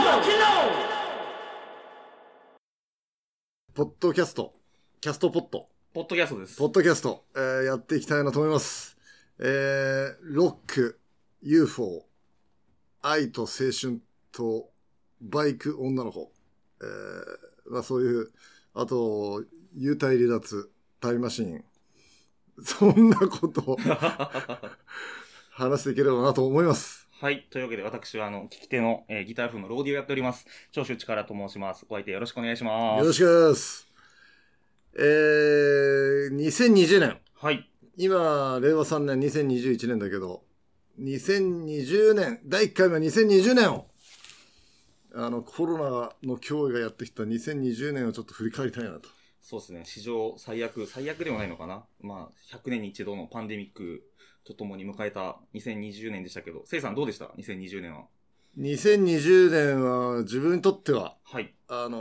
ポッドキャスト、キャストポッド。 ポッドキャストです。 ポッドキャスト、やっていきたいなと思います。ロック、UFO、愛と青春とバイク女の子、そういう、あと、幽体離脱、タイムマシーン、そんなことを話していければなと思います。 はい。というわけで、私は、聞き手の、ギター風のローディをやっております。長州力と申します。お相手よろしくお願いします。 よろしくです。2020年。 はい。 今、令和3年、2021年だけど、2020年、第1回目は2020年を、コロナの脅威がやってきた2020年をちょっと振り返りたいなと。 そうですね。史上最悪ではないのかな。まあ、100年に一度のパンデミックとともに迎えた2020年でしたけど、せいさんどうでした ?2020 年は。 2020年は自分にとっては、 はい。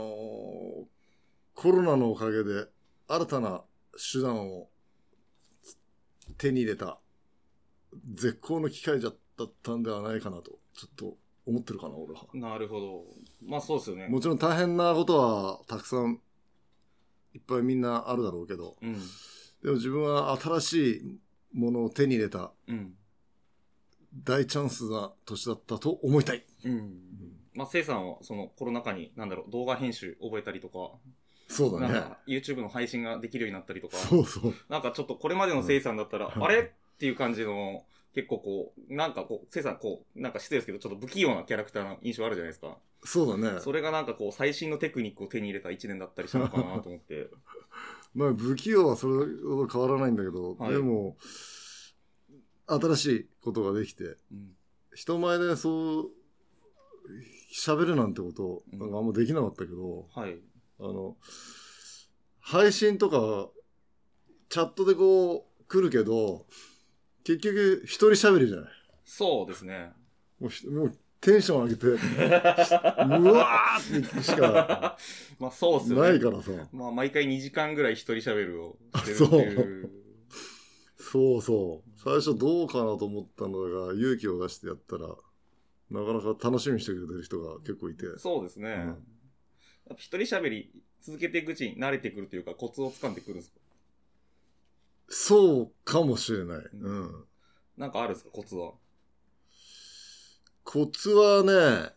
コロナのおかげで新たな手段を手に入れた絶好の機会だったんではないかなと、ちょっと思ってるかな、俺は。 なるほど。まあそうですよね。 もちろん大変なことはたくさんいっぱいみんなあるだろうけど、 うん。 でも自分は新しいものを手に入れた大チャンスな年だったと思いたい。 うん。まあ、せいさんはそのコロナ禍に動画編集覚えたりとか、 そうだね。 なんか YouTube の配信ができるようになったりとか、 そうそう。 なんかちょっとこれまでのせいさんだったら、あれっていう感じの、結構こう、なんかこう、せいさんこう、なんか失礼ですけど、ちょっと不器用なキャラクターの印象あるじゃないですか。 そうだね。 それがなんかこう、最新のテクニックを手に入れた一年だったりしたのかなと思って。 まあ、不器用はそれほど変わらないんだけど、 はい、 でも、新しいことができて、人前でそう喋るなんてことなんかあんまできなかったけど、 はい、 配信とかチャットでこう来るけど結局一人喋りじゃない。 そうですね。 もうテンション上げてうわーってしかまあそうっすよね。 ないからさ。 まあ毎回2時間ぐらい一人喋るをしてるっていう。 そう最初どうかなと思ったのが勇気を出してやったらなかなか楽しみにしてくれてる人が結構いて。 そうですね。やっぱ一人喋り続けていくうちに慣れてくるというかコツをつかんでくるんですか？ そうかもしれない。 なんかあるんですかコツは？ コツはね、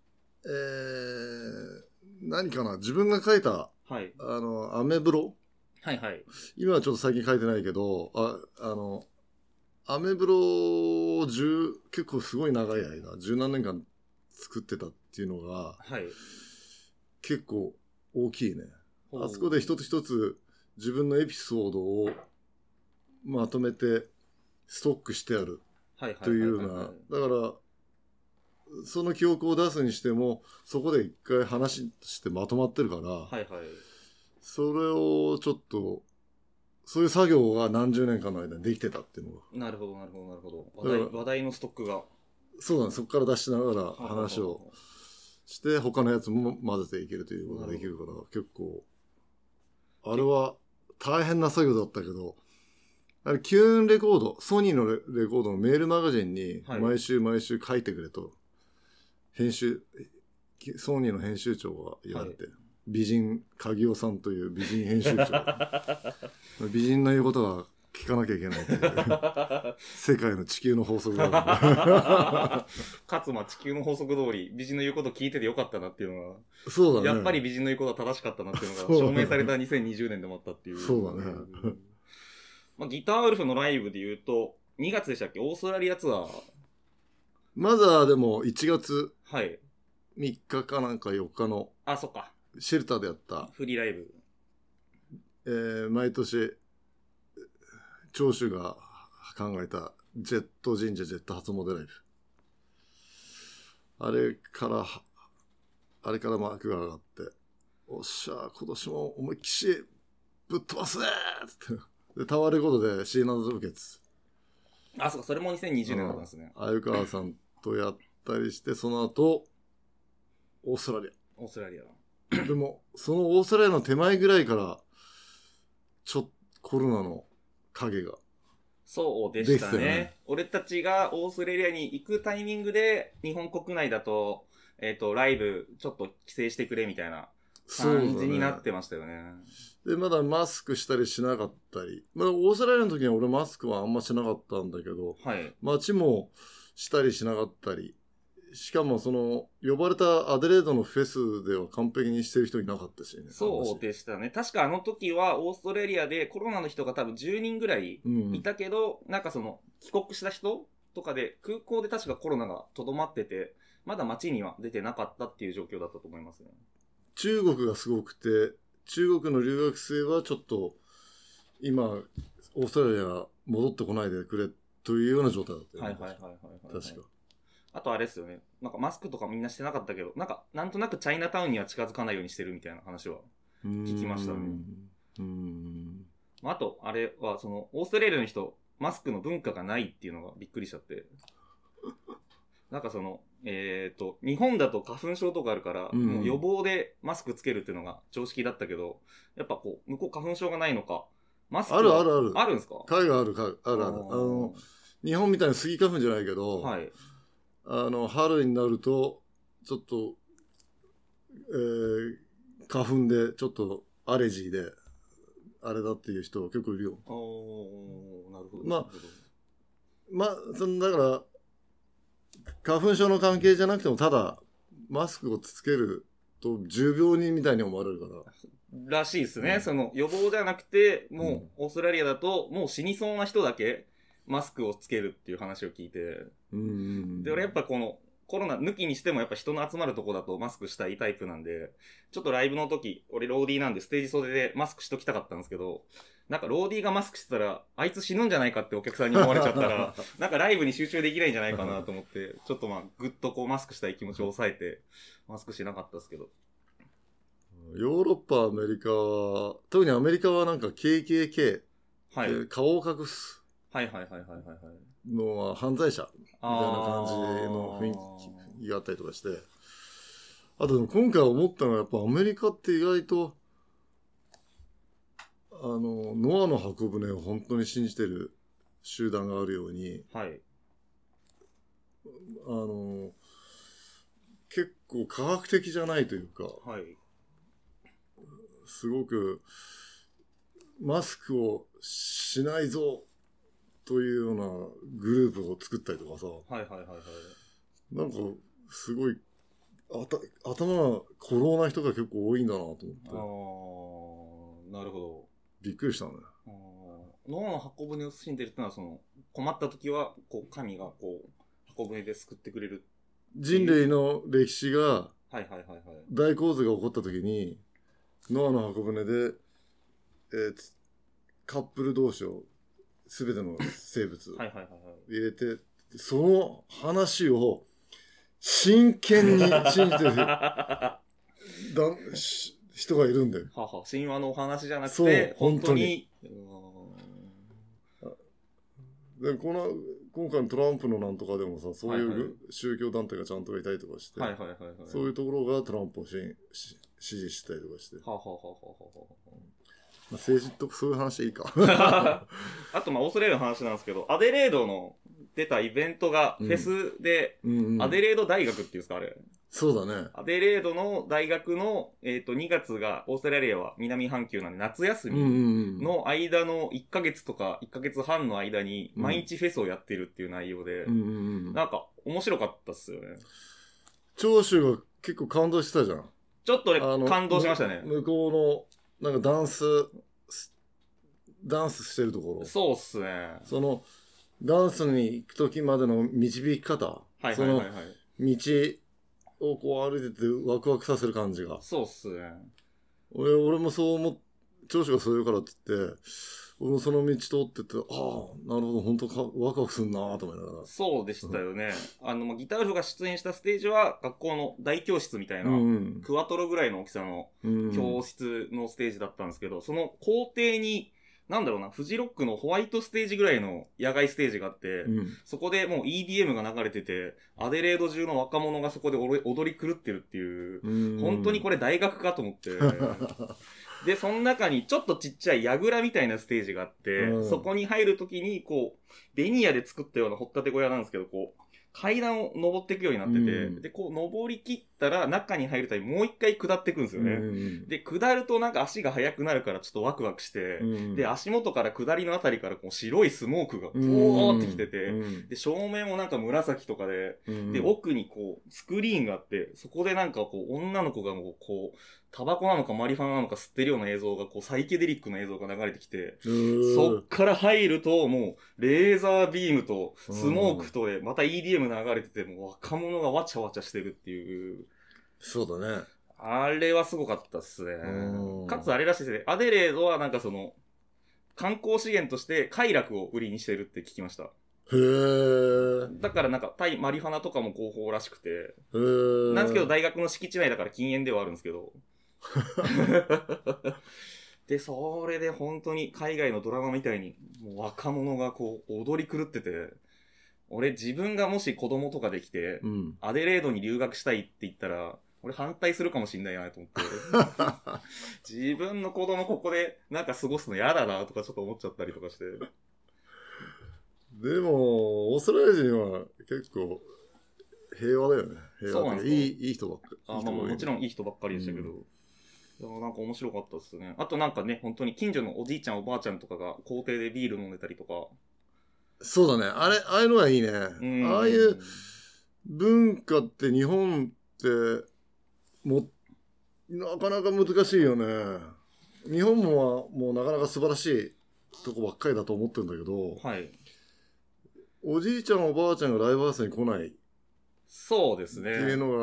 何かな、自分が書いた、 はい、 アメブロ。 はいはい。 今はちょっと最近書いてないけど、アメブロを結構すごい長い間、十何年間作ってたっていうのが、 はい、 結構大きいね。あそこで一つ一つ自分のエピソードをまとめてストックしてあるというような、だからその記憶を出すにしてもそこで一回話してまとまってるから、 はいはい、 それをちょっとそういう作業が何十年間の間にできてたっていうのが。 なるほどなるほどなるほど。話題のストックが。 そうだね。そこから出しながら話をして他のやつも混ぜていけるということができるから、結構あれは大変な作業だったけど、キューンレコード、ソニーのレコードのメールマガジンに毎週書いてくれと、ソニーの編集長が言われて、美人、鍵尾さんという美人編集長。美人の言うことは聞かなきゃいけないという世界の地球の法則がある。 かつ地球の法則通り美人の言うこと聞いててよかったなっていうのが、 そうだね。 やっぱり美人の言うことは正しかったなっていうのが証明された2020年でもあったっていう。 そうだね。 ギターウルフのライブで言うと2月でしたっけ、オーストラリアツアー。 まずはでも1月 3 日かなんか4日のそっか、 シェルターでやったフリーライブ、 毎年長州が考えたジェット神社ジェット初詣ライブ、あれから幕が上がって、おっしゃ今年も思いっきしぶっ飛ばすねーってでタワーレコードでシーナーズ・ケツ、 そうか、それも2020年だったんですね。 鮎川さんとやったりして、その後オーストラリアでもそのオーストラリアの手前ぐらいからちょっとコロナの影がそうでしたね。俺たちがオーストラリアに行くタイミングで日本国内だとライブちょっと規制してくれみたいなそうだね感じになってましたよね。 で、まだマスクしたりしなかったり。まあ、オーストラリアの時には俺マスクはあんましなかったんだけど、 はい。 街もしたりしなかったり。しかも呼ばれたアデレードのフェスでは完璧にしてる人いなかったしね。 そうでしたね。確かあの時はオーストラリアでコロナの人が多分10人ぐらいいたけど、なんか帰国した人とかで空港で確かコロナがとどまってて、まだ街には出てなかったっていう状況だったと思いますね。 中国がすごくて、中国の留学生はちょっと今オーストラリア戻ってこないでくれというような状態だったよね。 はい。 確か。 あとあれですよね。なんかマスクとかみんなしてなかったけど、なんとなくチャイナタウンには近づかないようにしてるみたいな話は聞きましたね。あと、あれはオーストラリアの人、マスクの文化がないっていうのがびっくりしちゃって。なんか日本だと花粉症とかあるから、もう予防でマスクつけるっていうのが常識だったけど、やっぱ向こう花粉症がないのか、マスクはある。 あるんですか？ 海外ある。日本みたいにスギ花粉じゃないけど、 はい。 春になると、ちょっと、花粉でちょっとアレジーで、あれだっていう人結構いるよ。 なるほど。 だから、花粉症の関係じゃなくても、ただ、マスクをつけると、重病人みたいに思われるから。 らしいですね。予防じゃなくて、もう、オーストラリアだと、もう死にそうな人だけ、マスクをつけるっていう話を聞いて。で、俺やっぱコロナ抜きにしてもやっぱ人の集まるとこだとマスクしたいタイプなんで、ちょっとライブの時、俺ローディーなんでステージ袖でマスクしときたかったんですけど、なんかローディーがマスクしてたら、あいつ死ぬんじゃないかってお客さんに思われちゃったら、なんかライブに集中できないんじゃないかなと思って、ちょっとぐっとマスクしたい気持ちを抑えて、マスクしなかったですけど。 ヨーロッパ、アメリカは、特にアメリカはなんか KKK、 はい、 顔を隠すのは犯罪者みたいな感じの雰囲気があったりとかして、あとでも今回思ったのはやっぱアメリカって意外とノアの箱舟を本当に信じてる集団があるように、 はい、 結構科学的じゃないというか、 はい、 すごくマスクをしないぞというようなグループを作ったりとかさ、なんかすごい頭が古老な人が結構多いんだなと思って。 なるほど。 びっくりしたね。 ノアの箱舟を信じてるってのは困った時は神が箱舟で救ってくれる。 人類の歴史が大洪水が起こった時にノアの箱舟で、カップル同士を全ての生物入れて、その話を真剣に信じてる人がいるんだよ。 神話のお話じゃなくて、本当に。 で今回のトランプのなんとかでもさ、そういう宗教団体がちゃんといたりとかして、そういうところがトランプを支持したりとかして。政治とそういう話でいいか。 あとオーストラリアの話なんですけど、アデレードの出たイベントがフェスで、アデレード大学っていうんですか、あれ。 そうだね。 アデレードの大学の、2月が、オーストラリアは南半球なんで夏休みの間の1ヶ月とか1ヶ月半の間に毎日フェスをやってるっていう内容で、なんか面白かったっすよね。 長州が結構感動してたじゃん。 ちょっと俺感動しましたね。 向こうの、なんかダンスしてるところ。 そうっすね。 ダンスに行く時までの導き方。道を歩いててワクワクさせる感じが。 そうっすね。 俺もそう長州がそう言うからって言って、俺もその道通ってて、なるほど、本当ワクワクするなと思いながら。 そうでしたよね。ギターフが出演したステージは学校の大教室みたいな、クワトロぐらいの大きさの教室のステージだったんですけど、その校庭に、フジロックのホワイトステージぐらいの野外ステージがあって、そこでもう EDM が流れてて、アデレード中の若者がそこで踊り狂ってるっていう、本当にこれ大学かと思って。で、その中にちょっとちっちゃい櫓みたいなステージがあって、そこに入るときに、ベニヤで作ったような掘ったて小屋なんですけど、 階段を登っていくようになってて、で、こう登り切ったら中に入るたびもう一回下っていくんですよね。で、下るとなんか足が速くなるからちょっとワクワクして、で、足元から下りのあたりからこう白いスモークがポーってきてて、で、照明もなんか紫とかで、で、奥にこう、スクリーンがあって、そこでなんかこう、女の子がもうこう、タバコなのかマリファナなのか吸ってるような映像が、こう、サイケデリックな映像が流れてきて、そっから入ると、もう、レーザービームと、スモークとで、また EDM 流れてて、もう若者がわちゃわちゃしてるっていう。 そうだね。 あれはすごかったっすね。かつあれらしいですね。アデレードはなんかその、観光資源として快楽を売りにしてるって聞きました。 へー。 だからなんか、タイマリファナとかも合法らしくて。 へー。 なんですけど、大学の敷地内だから禁煙ではあるんですけど。で、それで本当に海外のドラマみたいに、もう若者がこう、踊り狂ってて、俺自分がもし子供とかできて、アデレードに留学したいって言ったら、俺反対するかもしんないなと思って。自分の子供ここでなんか過ごすの嫌だなとかちょっと思っちゃったりとかして。 でも、オーストラリア人は結構平和だよね。平和っていい人ばっかり。 まあもちろんいい人ばっかりでしたけど。なんか面白かったですね。あとなんかね、本当に近所のおじいちゃんおばあちゃんとかが校庭でビール飲んでたりとか。 そうだね。ああいうのがいいね。ああいう文化って日本ってなかなか難しいよね。日本もうなかなか素晴らしいとこばっかりだと思ってるんだけど、 はい。 おじいちゃんおばあちゃんがライブハウスに来ない。 そうですね。 っていうのが、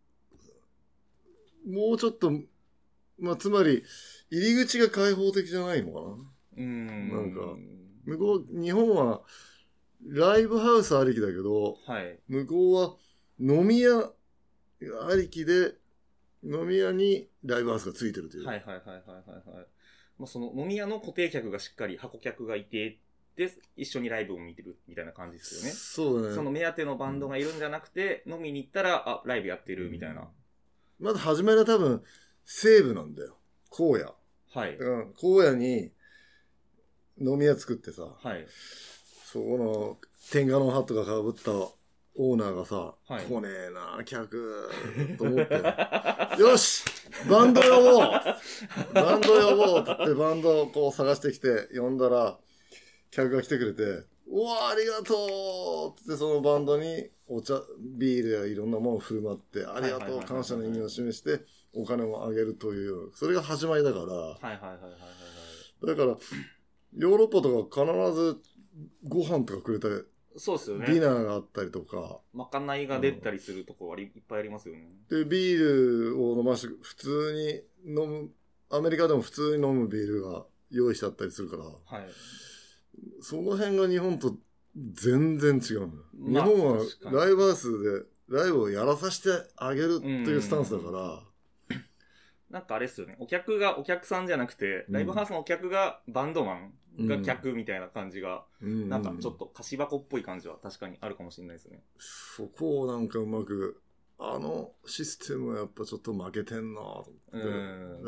もうちょっと、まあ、つまり、入り口が開放的じゃないのかな。なんか、日本は、ライブハウスありきだけど、 はい、 向こうは飲み屋ありきで、飲み屋にライブハウスがついてるという。 はい。まあ、その飲み屋の固定客がしっかり箱客がいて、で、一緒にライブを見てるみたいな感じですよね。 そうだね。 その目当てのバンドがいるんじゃなくて、飲みに行ったら、ライブやってるみたいな。 まず初めは多分、西部なんだよ。荒野。 はい。 荒野に飲み屋作ってさ。 はい。 そこの天下のハットがかぶったオーナーがさ、 はい、 来ねえな客と思ってよしバンド呼ぼうって言ってバンドをこう探してきて呼んだら客が来てくれて、うわありがとうってそのバンドにお茶ビールやいろんなものを振る舞ってありがとう感謝の意味を示してお金をあげるというそれが始まりだから、だからヨーロッパとか必ずご飯とかくれたり、 そうですよね。 ディナーがあったりとか。 まかないが出たりするとこいっぱいありますよね。 で、ビールを飲まして、普通に飲む、アメリカでも普通に飲むビールが用意してあったりするから、はい、その辺が日本と全然違うの。日本はライブハウスでライブをやらさせてあげるっていうスタンスだから、 なんかあれっすよね。お客がお客さんじゃなくて、ライブハウスのお客がバンドマンが客みたいな感じが、なんかちょっと貸し箱っぽい感じは確かにあるかもしれないですね。 そこをなんかうまく、システムはやっぱちょっと負けてんなと思って。だから、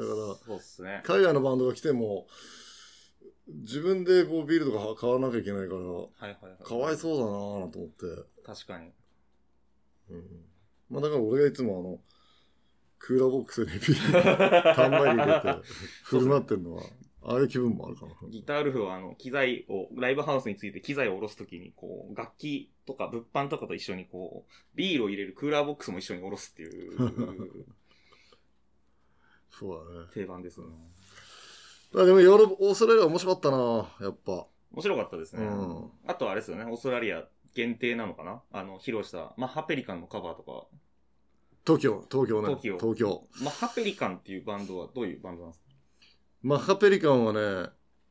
そうっすね。 海外のバンドが来ても、自分でこうビールとか買わなきゃいけないから、かわいそうだなと思って。 確かに。 まあだから俺がいつもクーラーボックスにビールたんまり入れて振る舞ってるのは、ああいう気分もあるかな。 ギタールフは機材を、ライブハウスについて機材を下ろすときに、こう、楽器とか物販とかと一緒にこう、ビールを入れるクーラーボックスも一緒に下ろすっていう。 そうだね。 定番ですね。 でもオーストラリア面白かったな、やっぱ。 面白かったですね。あとはあれですよね、オーストラリア限定なのかな披露した、マッハペリカンのカバーとか。 東京ね。東京。 マッハペリカンっていうバンドはどういうバンドなんですか？ マッハペリカンはね、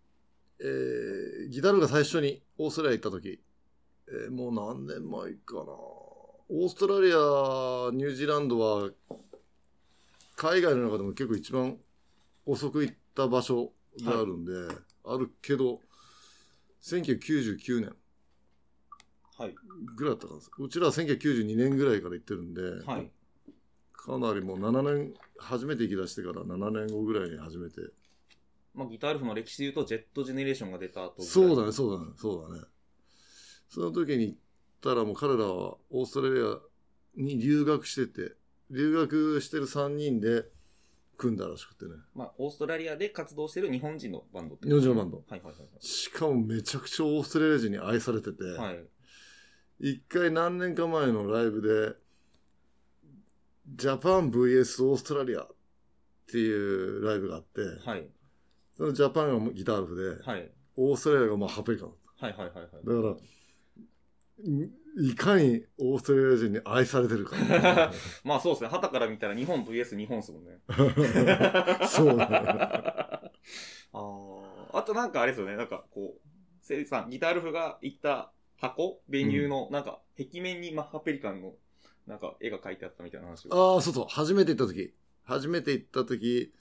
ギターが最初にオーストラリア行った時、もう何年前かな。オーストラリア、ニュージーランドは、海外の中でも結構一番遅く行った場所であるんで、あるけど、1999年ぐらいだったかな。うちらは1992年ぐらいから行ってるんで、かなりもう7年、初めて行き出してから7年後ぐらいに初めて。 まあ、ギタールフの歴史で言うと、ジェットジェネレーションが出た後。 そうだね。その時に行ったらもう彼らはオーストラリアに留学してて、留学してる3人で組んだらしくてね。 まあ、オーストラリアで活動してる日本人のバンドって日本人のバンド。 はいはいはい、はい。 しかもめちゃくちゃオーストラリア人に愛されてて、 はい。 一回何年か前のライブで、ジャパン VS オーストラリアっていうライブがあって、 はい。 そのジャパンがギターフで、 はい。 オーストラリアがまあハペリカだった。 はいはいはいはい。 だから、いかにオーストラリア人に愛されてるか。 まあそうですね。旗から見たら日本 VS 日本ですもんね。 そうだね。 あとなんかあれですよね。なんかこう、せいさん、ギタールフが行った箱、ベニューの、なんか、壁面にマッハペリカンの、なんか絵が描いてあったみたいな話を。 ああ、そうそう。初めて行った時、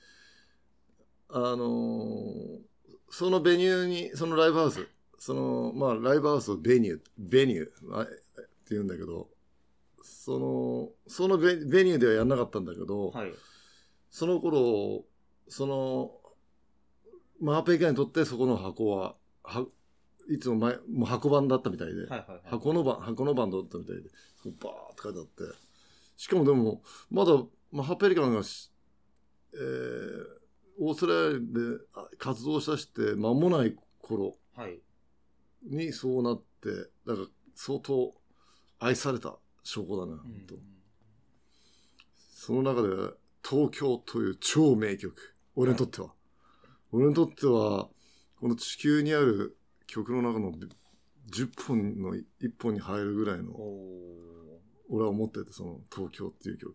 そのベニューに、そのライブハウス、まあ、ライブハウスをベニューって言うんだけど、そのベニューではやんなかったんだけど、 はい。 その頃、マハペリカにとってそこの箱いつももう箱版だったみたいで、 はいはいはい、 箱のバンドだったみたいで、バーって書いてあって、しかもでも、まだマハペリカンがオーストラリアで活動したして間もない頃にそうなって、だから相当愛された証拠だね、本当。その中で東京という超名曲、俺にとっては、この地球にある曲の中の10本の1本に入るぐらいの、俺は思ってて、その東京っていう曲。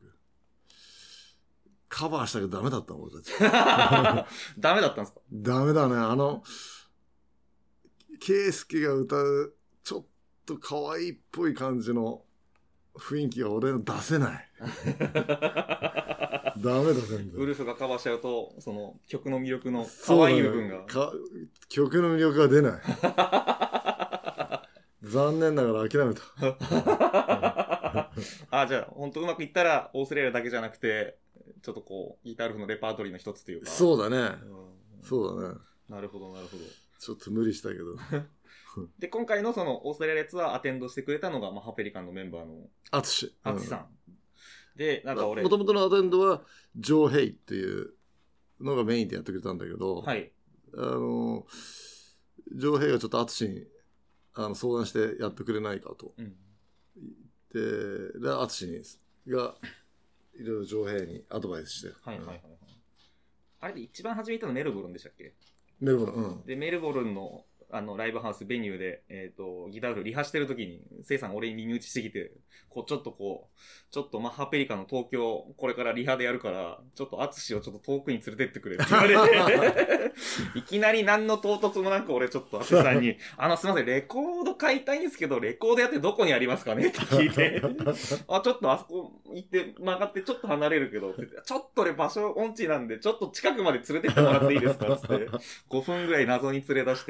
カバーしたけどダメだったの、俺たち。 ダメだったんですか？ ダメだね。ケイスケが歌う、ちょっと可愛いっぽい感じの雰囲気が俺の出せない。ダメだ、全然。 ウルフがカバーしちゃうと、その曲の魅力の可愛い部分が。 曲の魅力が出ない。残念ながら諦めた。 じゃあ、本当うまくいったら、オーストラリアだけじゃなくて、ちょっとこう、ギタールフのレパートリーの一つというか。 そうだね。そうだね。 なるほど、なるほど。 ちょっと無理したけど。 で、今回のその、オーストラリアツアーアテンドしてくれたのが、まあ、ハペリカンのメンバーの、 アツシさん。で、なんか俺。 もともとのアテンドは、ジョー・ヘイっていうのがメインでやってくれたんだけど、 はい。 ジョー・ヘイがちょっとアツシに相談してやってくれないかと。で、アツシが、いろいろジョー・ヘイにアドバイスして。 はいはいはい。あれで一番初めてのメルボルンでしたっけ？ メルボルン。 で、メルボルンの、ライブハウス、ベニューで、ギタールリハしてる時に、セイさん俺に耳打ちしてきて、ちょっとマッハペリカの東京、これからリハでやるから、ちょっとアツシをちょっと遠くに連れてってくれって言われて、いきなり何の唐突もなく俺ちょっとアツシさんに、すいません、レコード買いたいんですけど、レコードやってどこにありますかねって聞いて、ちょっとあそこ行って曲がってちょっと離れるけど、ちょっと俺場所音痴なんで、ちょっと近くまで連れてってもらっていいですかって、5分ぐらい謎に連れ出して、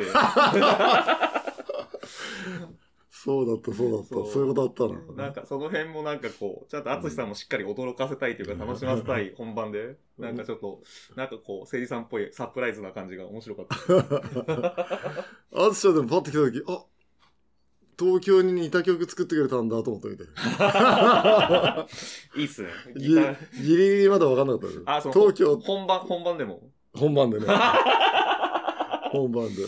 そうだった。そういうことあったな。 なんかその辺もなんかこう、ちゃんとアツシさんもしっかり驚かせたいというか楽しませたい本番で、なんかちょっと、なんかこう、セリさんっぽいサプライズな感じが面白かった。 アツシはでもパッと来た時、東京に似た曲作ってくれたんだと思ったみたい。 いいっすね。 ギリギリまだ分かんなかった。 東京。本番でも。 本番でね。本番で。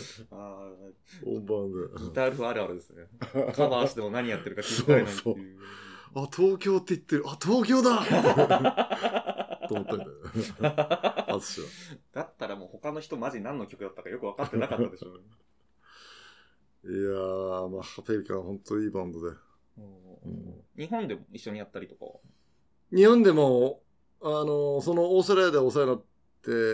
ギタールフあるあるですね。カバーしても何やってるか気づかれないっていう。 東京って言ってる。東京だと思ったんだよね。 だったらもう他の人マジ何の曲だったかよく分かってなかったでしょうね。 いやー、まあ、ハペリカン本当にいいバンドで。 日本でも一緒にやったりとか？ 日本でも、そのオーストラリアでお世話になって、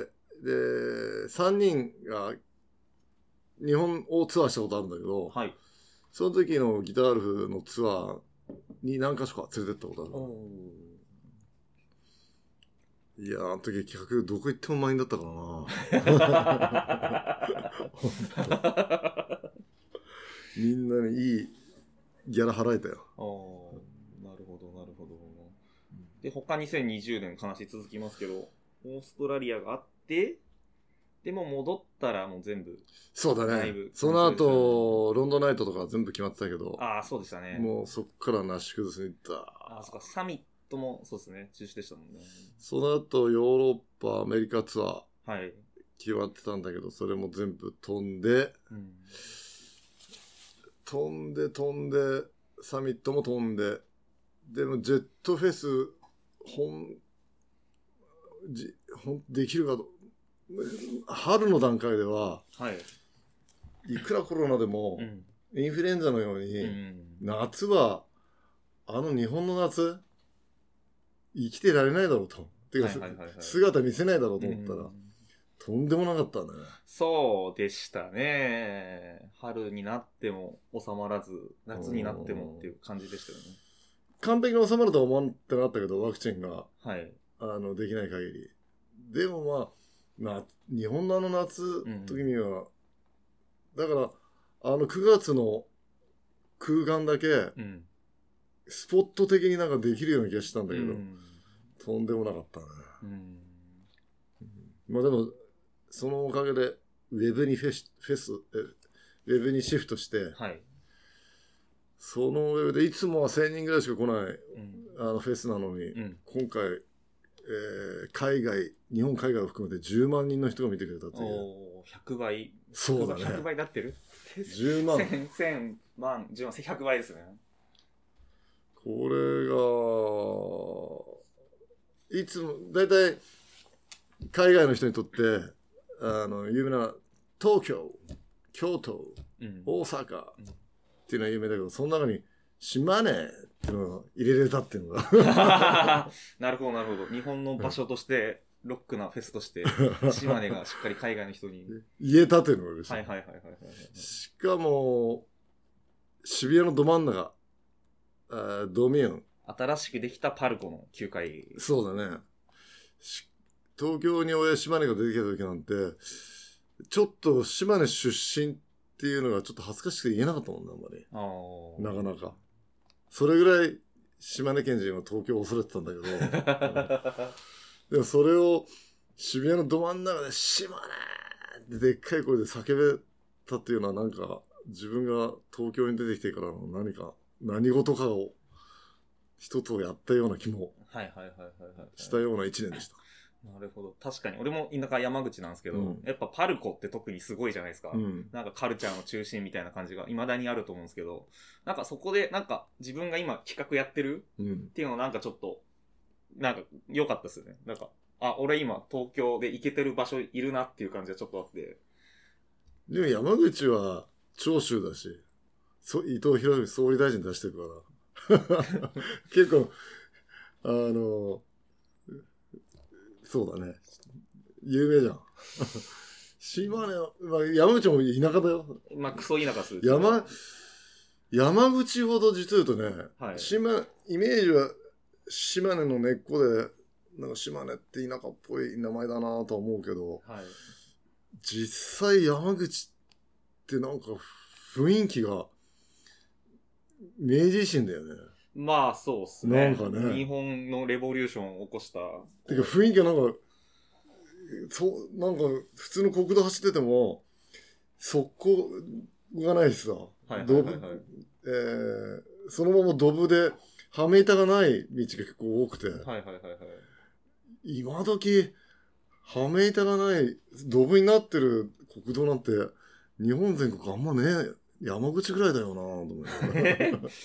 で、3人が日本をツアーしたことあるんだけど、 はい、 その時のギタールフのツアーに何か所か連れてったことある。いやー、あの時企画どこ行っても満員だったからな。みんなにいいギャラ払えたよ。 なるほど。で、他2020年話続きますけど、オーストラリアがあって、 でも戻ったらもう全部。 そうだね。その後、ロンドンナイトとか全部決まってたけど。 ああ、そうでしたね。 もうそっからなし崩しに行った。 ああ、そっか、サミットもそうですね、中止でしたもんね。 その後、ヨーロッパ、アメリカツアー。 はい。 決まってたんだけど、それも全部飛んで、飛んで、サミットも飛んで、でもジェットフェス、できるかと、春の段階では、 はい、 いくらコロナでも、インフルエンザのように、夏は、日本の夏、生きてられないだろうと。てか、姿見せないだろうと思ったら、とんでもなかったね。 そうでしたね。春になっても収まらず、夏になってもっていう感じでしたよね。 完璧に収まるとは思ってなかったけど、ワクチンが、 はい、 できない限り。でも日本の夏時には、だから、9月の空間だけ、スポット的になんかできるような気がしたんだけど、とんでもなかったね。まあでも、そのおかげで、ウェブにシフトして、はい、そのウェブでいつもは1000人ぐらいしか来ない、フェスなのに、今回、日本海外を含めて10万人の人が見てくれたっていう。 100倍。 そうだね。 100倍になってる ?10 万。 1000万、10万、100倍ですね。 これが、いつも、だいたい海外の人にとって、有名な東京、京都、大阪っていうのは有名だけど、その中に島根っていうのを入れれたっていうのが。 なるほど、なるほど。日本の場所として、ロックなフェスとして、島根がしっかり海外の人に。 言えたっていうのが嬉しい。 はいはいはいはい。 しかも、渋谷のど真ん中、ドミューン。 新しくできたパルコの9階。 そうだね。東京に島根が出てきた時なんて、ちょっと島根出身っていうのがちょっと恥ずかしくて言えなかったもんね、あんまり。なかなか。それぐらい島根県人は東京を恐れてたんだけど。でもそれを渋谷のど真ん中で島根ってでっかい声で叫べたっていうのはなんか自分が東京に出てきてからの何事かを一つをやったような気もしたような一年でした。 なるほど。確かに。俺も田舎山口なんですけど、やっぱパルコって特にすごいじゃないですか。なんかカルチャーの中心みたいな感じが未だにあると思うんですけど、なんかそこでなんか自分が今企画やってるっていうのなんかちょっと、なんか良かったですよね。なんか、俺今東京で行けてる場所いるなっていう感じがちょっとあって。 でも山口は長州だし、伊藤博文総理大臣出してるから。結構、そうだね。有名じゃん。島根は、山口も田舎だよ。 クソ田舎する。 山口ほど実を言うとね、 はい、 イメージは島根の根っこで、なんか島根って田舎っぽい名前だなとは思うけど、 はい、 実際山口ってなんか雰囲気が明治維新だよね。 まあそうっすね。 なんかね。 日本のレボリューションを起こした。 てか雰囲気がなんか、なんか普通の国道走ってても、側溝がないしさ。そのままドブで、はめ板がない道が結構多くて。今時、はめ板がないドブになってる国道なんて、日本全国あんまね山口ぐらいだよなぁと思って。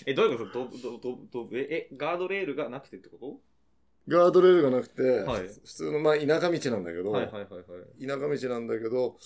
どういうことガードレールがなくてってこと？ ガードレールがなくて、はい、普通の田舎道なんだけど、田舎道なんだけど、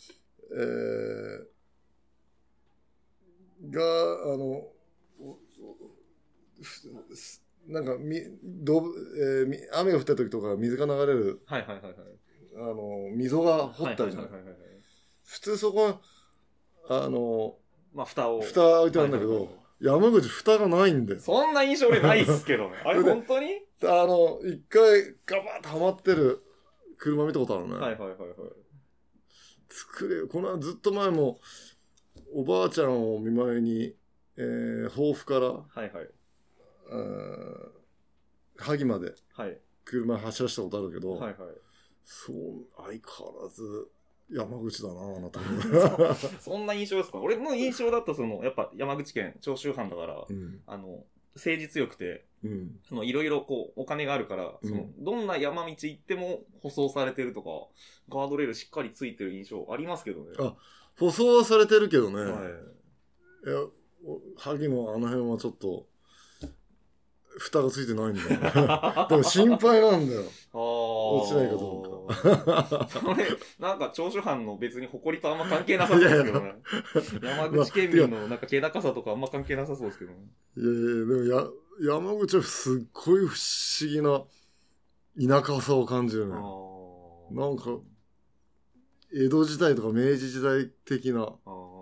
なんか雨が降った時とか水が流れる、溝が掘ったりじゃない。普通そこは、 蓋置いてあるんだけど、山口蓋がないんだよ。 そんな印象俺ないっすけどね。あれ本当に？ 一回ガバッとはまってる車見たことあるね。作れよ。このずっと前も、おばあちゃんを見舞いに、豊富から、萩まで、車走らせたことあるけど、相変わらず、 山口だな、あなたそんな印象ですか？俺の印象だとやっぱ山口県長州藩だから、誠実よくて、いろいろこうお金があるから、どんな山道行っても舗装されてるとか、ガードレールしっかりついてる印象ありますけどね。 あ、舗装はされてるけどね。 はい。 いや、萩のあの辺はちょっと、蓋がついてないんだよ。でも心配なんだよ。落ちないかどうか。 それ、なんか長州藩の別に誇りとあんま関係なさそうですけどね。山口県民のなんか気高さとかあんま関係なさそうですけどね。 いやいや、でも山口はすっごい不思議な田舎さを感じるね。なんか、江戸時代とか明治時代的な。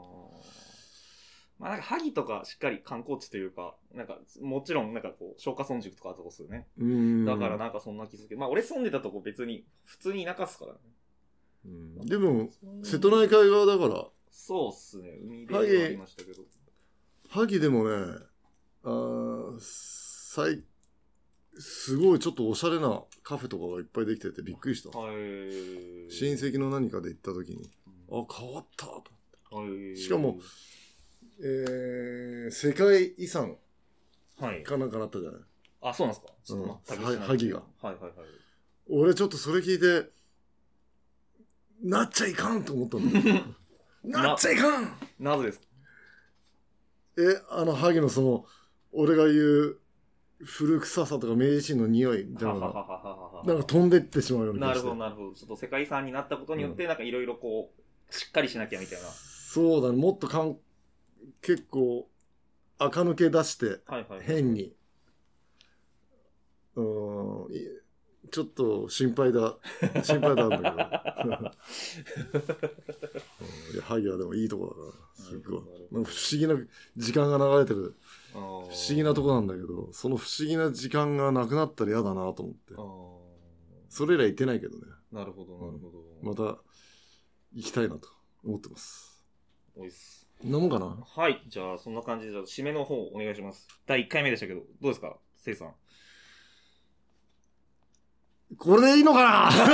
まあなんか萩とかしっかり観光地というか、なんかもちろんなんかこう松下村塾とかあったとこっすよね。だからなんかそんな気づけ。まあ俺住んでたとこ別に普通に田舎っすからね。 でも瀬戸内海側だから。 そうっすね。海辺でありましたけど。 萩でもね、すごいちょっとおしゃれなカフェとかがいっぱいできててびっくりした。親戚の何かで行った時に、あ、変わったと思って。しかも、世界遺産かなんかなったじゃない。 あ、そうなんですか。ちょっと萩が。 はいはいはい。 俺ちょっとそれ聞いて、なっちゃいかんと思ったんだよ。なっちゃいかん。 なぜですか？ 萩の俺が言う古臭さとか明治維新の匂いみたいなのがなんか飛んでってしまうような気がして。 なるほどなるほど。ちょっと世界遺産になったことによってなんかいろいろこうしっかりしなきゃみたいな。 そうだね。もっと結構垢抜け出して変に、ちょっと心配だんだけど。いや萩はでもいいとこだからすごい不思議な時間が流れてる不思議なとこなんだけど、その不思議な時間がなくなったら嫌だなと思って。それ以来行ってないけどね。 なるほどなるほど。 また行きたいなと思ってます。 おいっす。 飲もうかな。 はい、じゃあそんな感じで締めの方お願いします。第1回目でしたけどどうですか、せいさん。 これでいいのかな。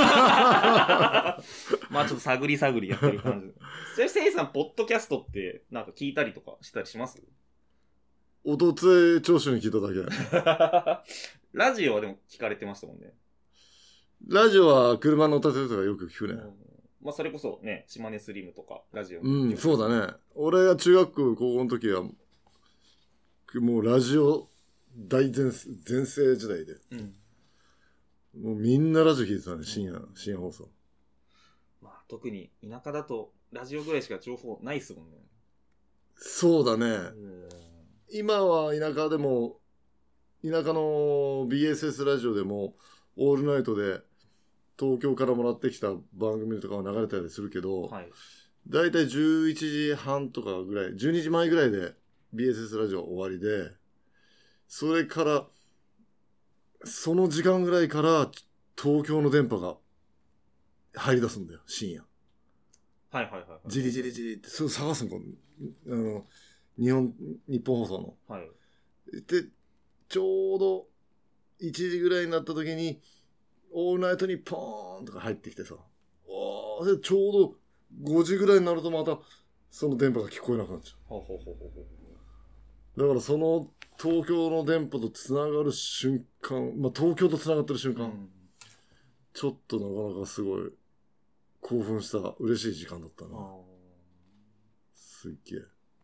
まあちょっと探り探りやってる感じ。それせいさんポッドキャストってなんか聞いたりとかしたりします？ おとつい聴取に聞いただけ。ラジオはでも聞かれてましたもんね。 ラジオは車乗った時とかよく聞くね。 まあそれこそね、島根スリムとかラジオ。 そうだね。俺が中学高校の時はもうラジオ大全盛時代で、もうみんなラジオ聞いてたね。深夜放送。 まあ特に田舎だとラジオぐらいしか情報ないっすもんね。 そうだね。今は田舎でも田舎の BSS ラジオでもオールナイトで東京からもらってきた番組とかが流れたりするけど、だいたい11時半とかぐらい、12時前ぐらいで BSS ラジオ終わりで、それからその時間ぐらいから東京の電波が入り出すんだよ、深夜。じりじりじりってそれ探すの、日本放送の。でちょうど1時ぐらいになった時にオールナイトにポーンとか入ってきてさ、でちょうど5時ぐらいになるとまたその電波が聞こえなくなっちゃう。だからその東京の電波とつながる瞬間、東京とつながってる瞬間、ちょっとなかなかすごい興奮した嬉しい時間だったな。すっげ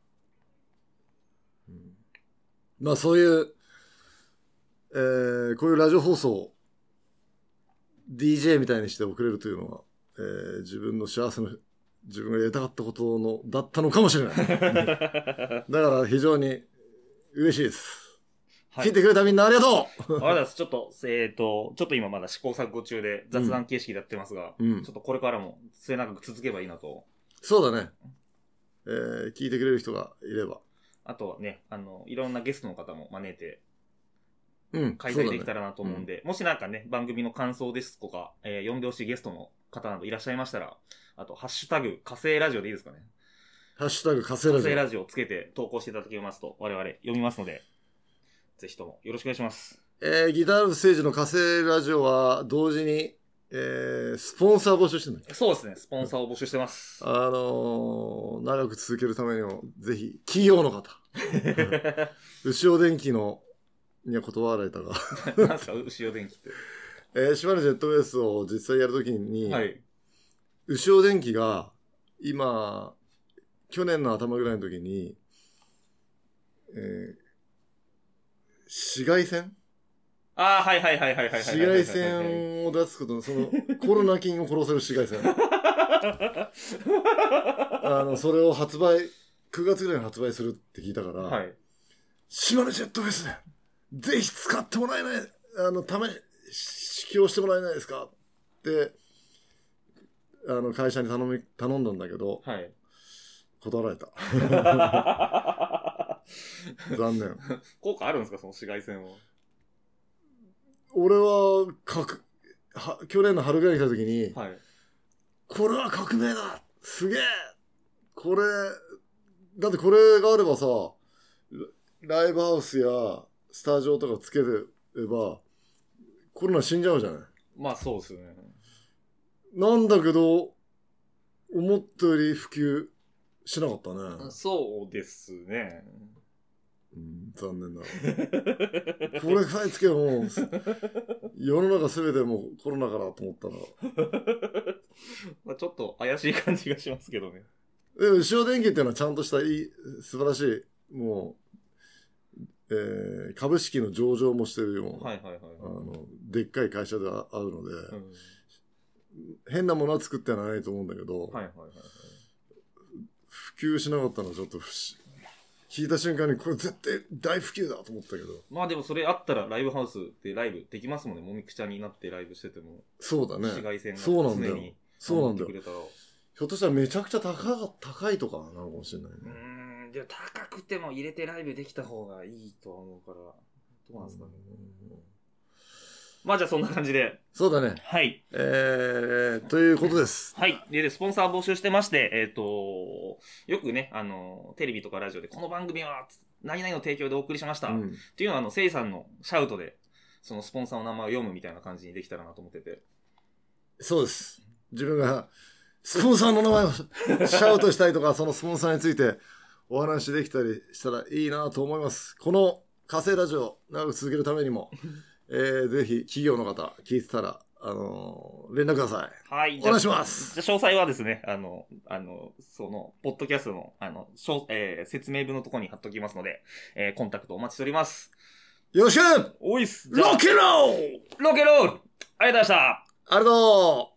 え。そういう、こういうラジオ放送を DJ みたいにして送れるというのは、自分の幸せの自分がやりたかったことだったのかもしれない。だから非常に嬉しいです。聞いてくれたみんなありがとう。ありがとうございます。ちょっと今まだ試行錯誤中で雑談形式でやってますが、ちょっとこれからも末永く続けばいいなと。そうだね。聞いてくれる人がいれば。あとはね、いろんなゲストの方も招いて、開催できたらなと思うんで、もしなんかね、番組の感想ですとか、呼んでほしいゲストの方などいらっしゃいましたら、あと、ハッシュタグ、火星ラジオでいいですかね。ハッシュタグ、火星ラジオ。火星ラジオをつけて投稿していただけますと、我々読みますので、ぜひともよろしくお願いします。ギターステージの火星ラジオは同時に、 スポンサー募集してるんだっけ？ そうですね。スポンサーを募集してます。 長く続けるためにも、ぜひ、企業の方。牛尾電機の、には断られたが。 何すか、牛尾電機って。 島根ジェットベースを実際やるときに、 はい。 牛尾電機が、今、去年の頭ぐらいの時に、紫外線ああ、はいはいはいはいはいはい。 紫外線を出すことの、その、コロナ菌を殺せる紫外線。それを9月ぐらいに発売するって聞いたから、 はい。 島根ジェットフェスで、ぜひ使ってもらえない、試供してもらえないですかって、会社に頼んだんだけど、 はい。 断られた。残念。 効果あるんですか、その紫外線は。 俺は、去年の春ぐらいに来た時に、 はい。 これは革命だ、すげえ、これ、だってこれがあればさ、ライブハウスやスタジオとかつければ、コロナ死んじゃうじゃない。 まあそうですよね。 なんだけど、思ったより普及しなかったね。 そうですね。 残念だ。これさえつけばもう、世の中すべてもうコロナからと思ったら。 まあちょっと怪しい感じがしますけどね。 でも、牛尾電機っていうのはちゃんとした素晴らしい、もう、株式の上場もしてるような、 はいはいはい。 でっかい会社であるので、変なものは作ってはないと思うんだけど、 はいはいはい。 普及しなかったのはちょっと聞いた瞬間にこれ絶対大普及だと思ったけど。 まあでもそれあったらライブハウスでライブできますもんね。もみくちゃになってライブしてても。 そうだね。 紫外線がそうなんだよ。 常にそうなんだよ。 くれたら。 ひょっとしたらめちゃくちゃ高いとかなのかもしれないね。 でも高くても入れてライブできた方がいいとは思うから、どうなんですかね。まあじゃあそんな感じで。 そうだね。 はい。 ということです。 はい。で、スポンサー募集してまして、よくね、テレビとかラジオで、この番組は、何々の提供でお送りしました。っていうのは、せいさんのシャウトで、そのスポンサーの名前を読むみたいな感じにできたらなと思ってて。 そうです。自分が、スポンサーの名前をシャウトしたいとか、そのスポンサーについてお話できたりしたらいいなと思います。この火星ラジオ長く続けるためにも、ぜひ企業の方聞いてたら、連絡ください。 はい。 お願いします。 じゃあ詳細はですね、その、ポッドキャストの、説明文のところに貼っときますので、コンタクトお待ちしております。 よろしくおいっす。 ロケローロケロールありがとうございました。 ありがとう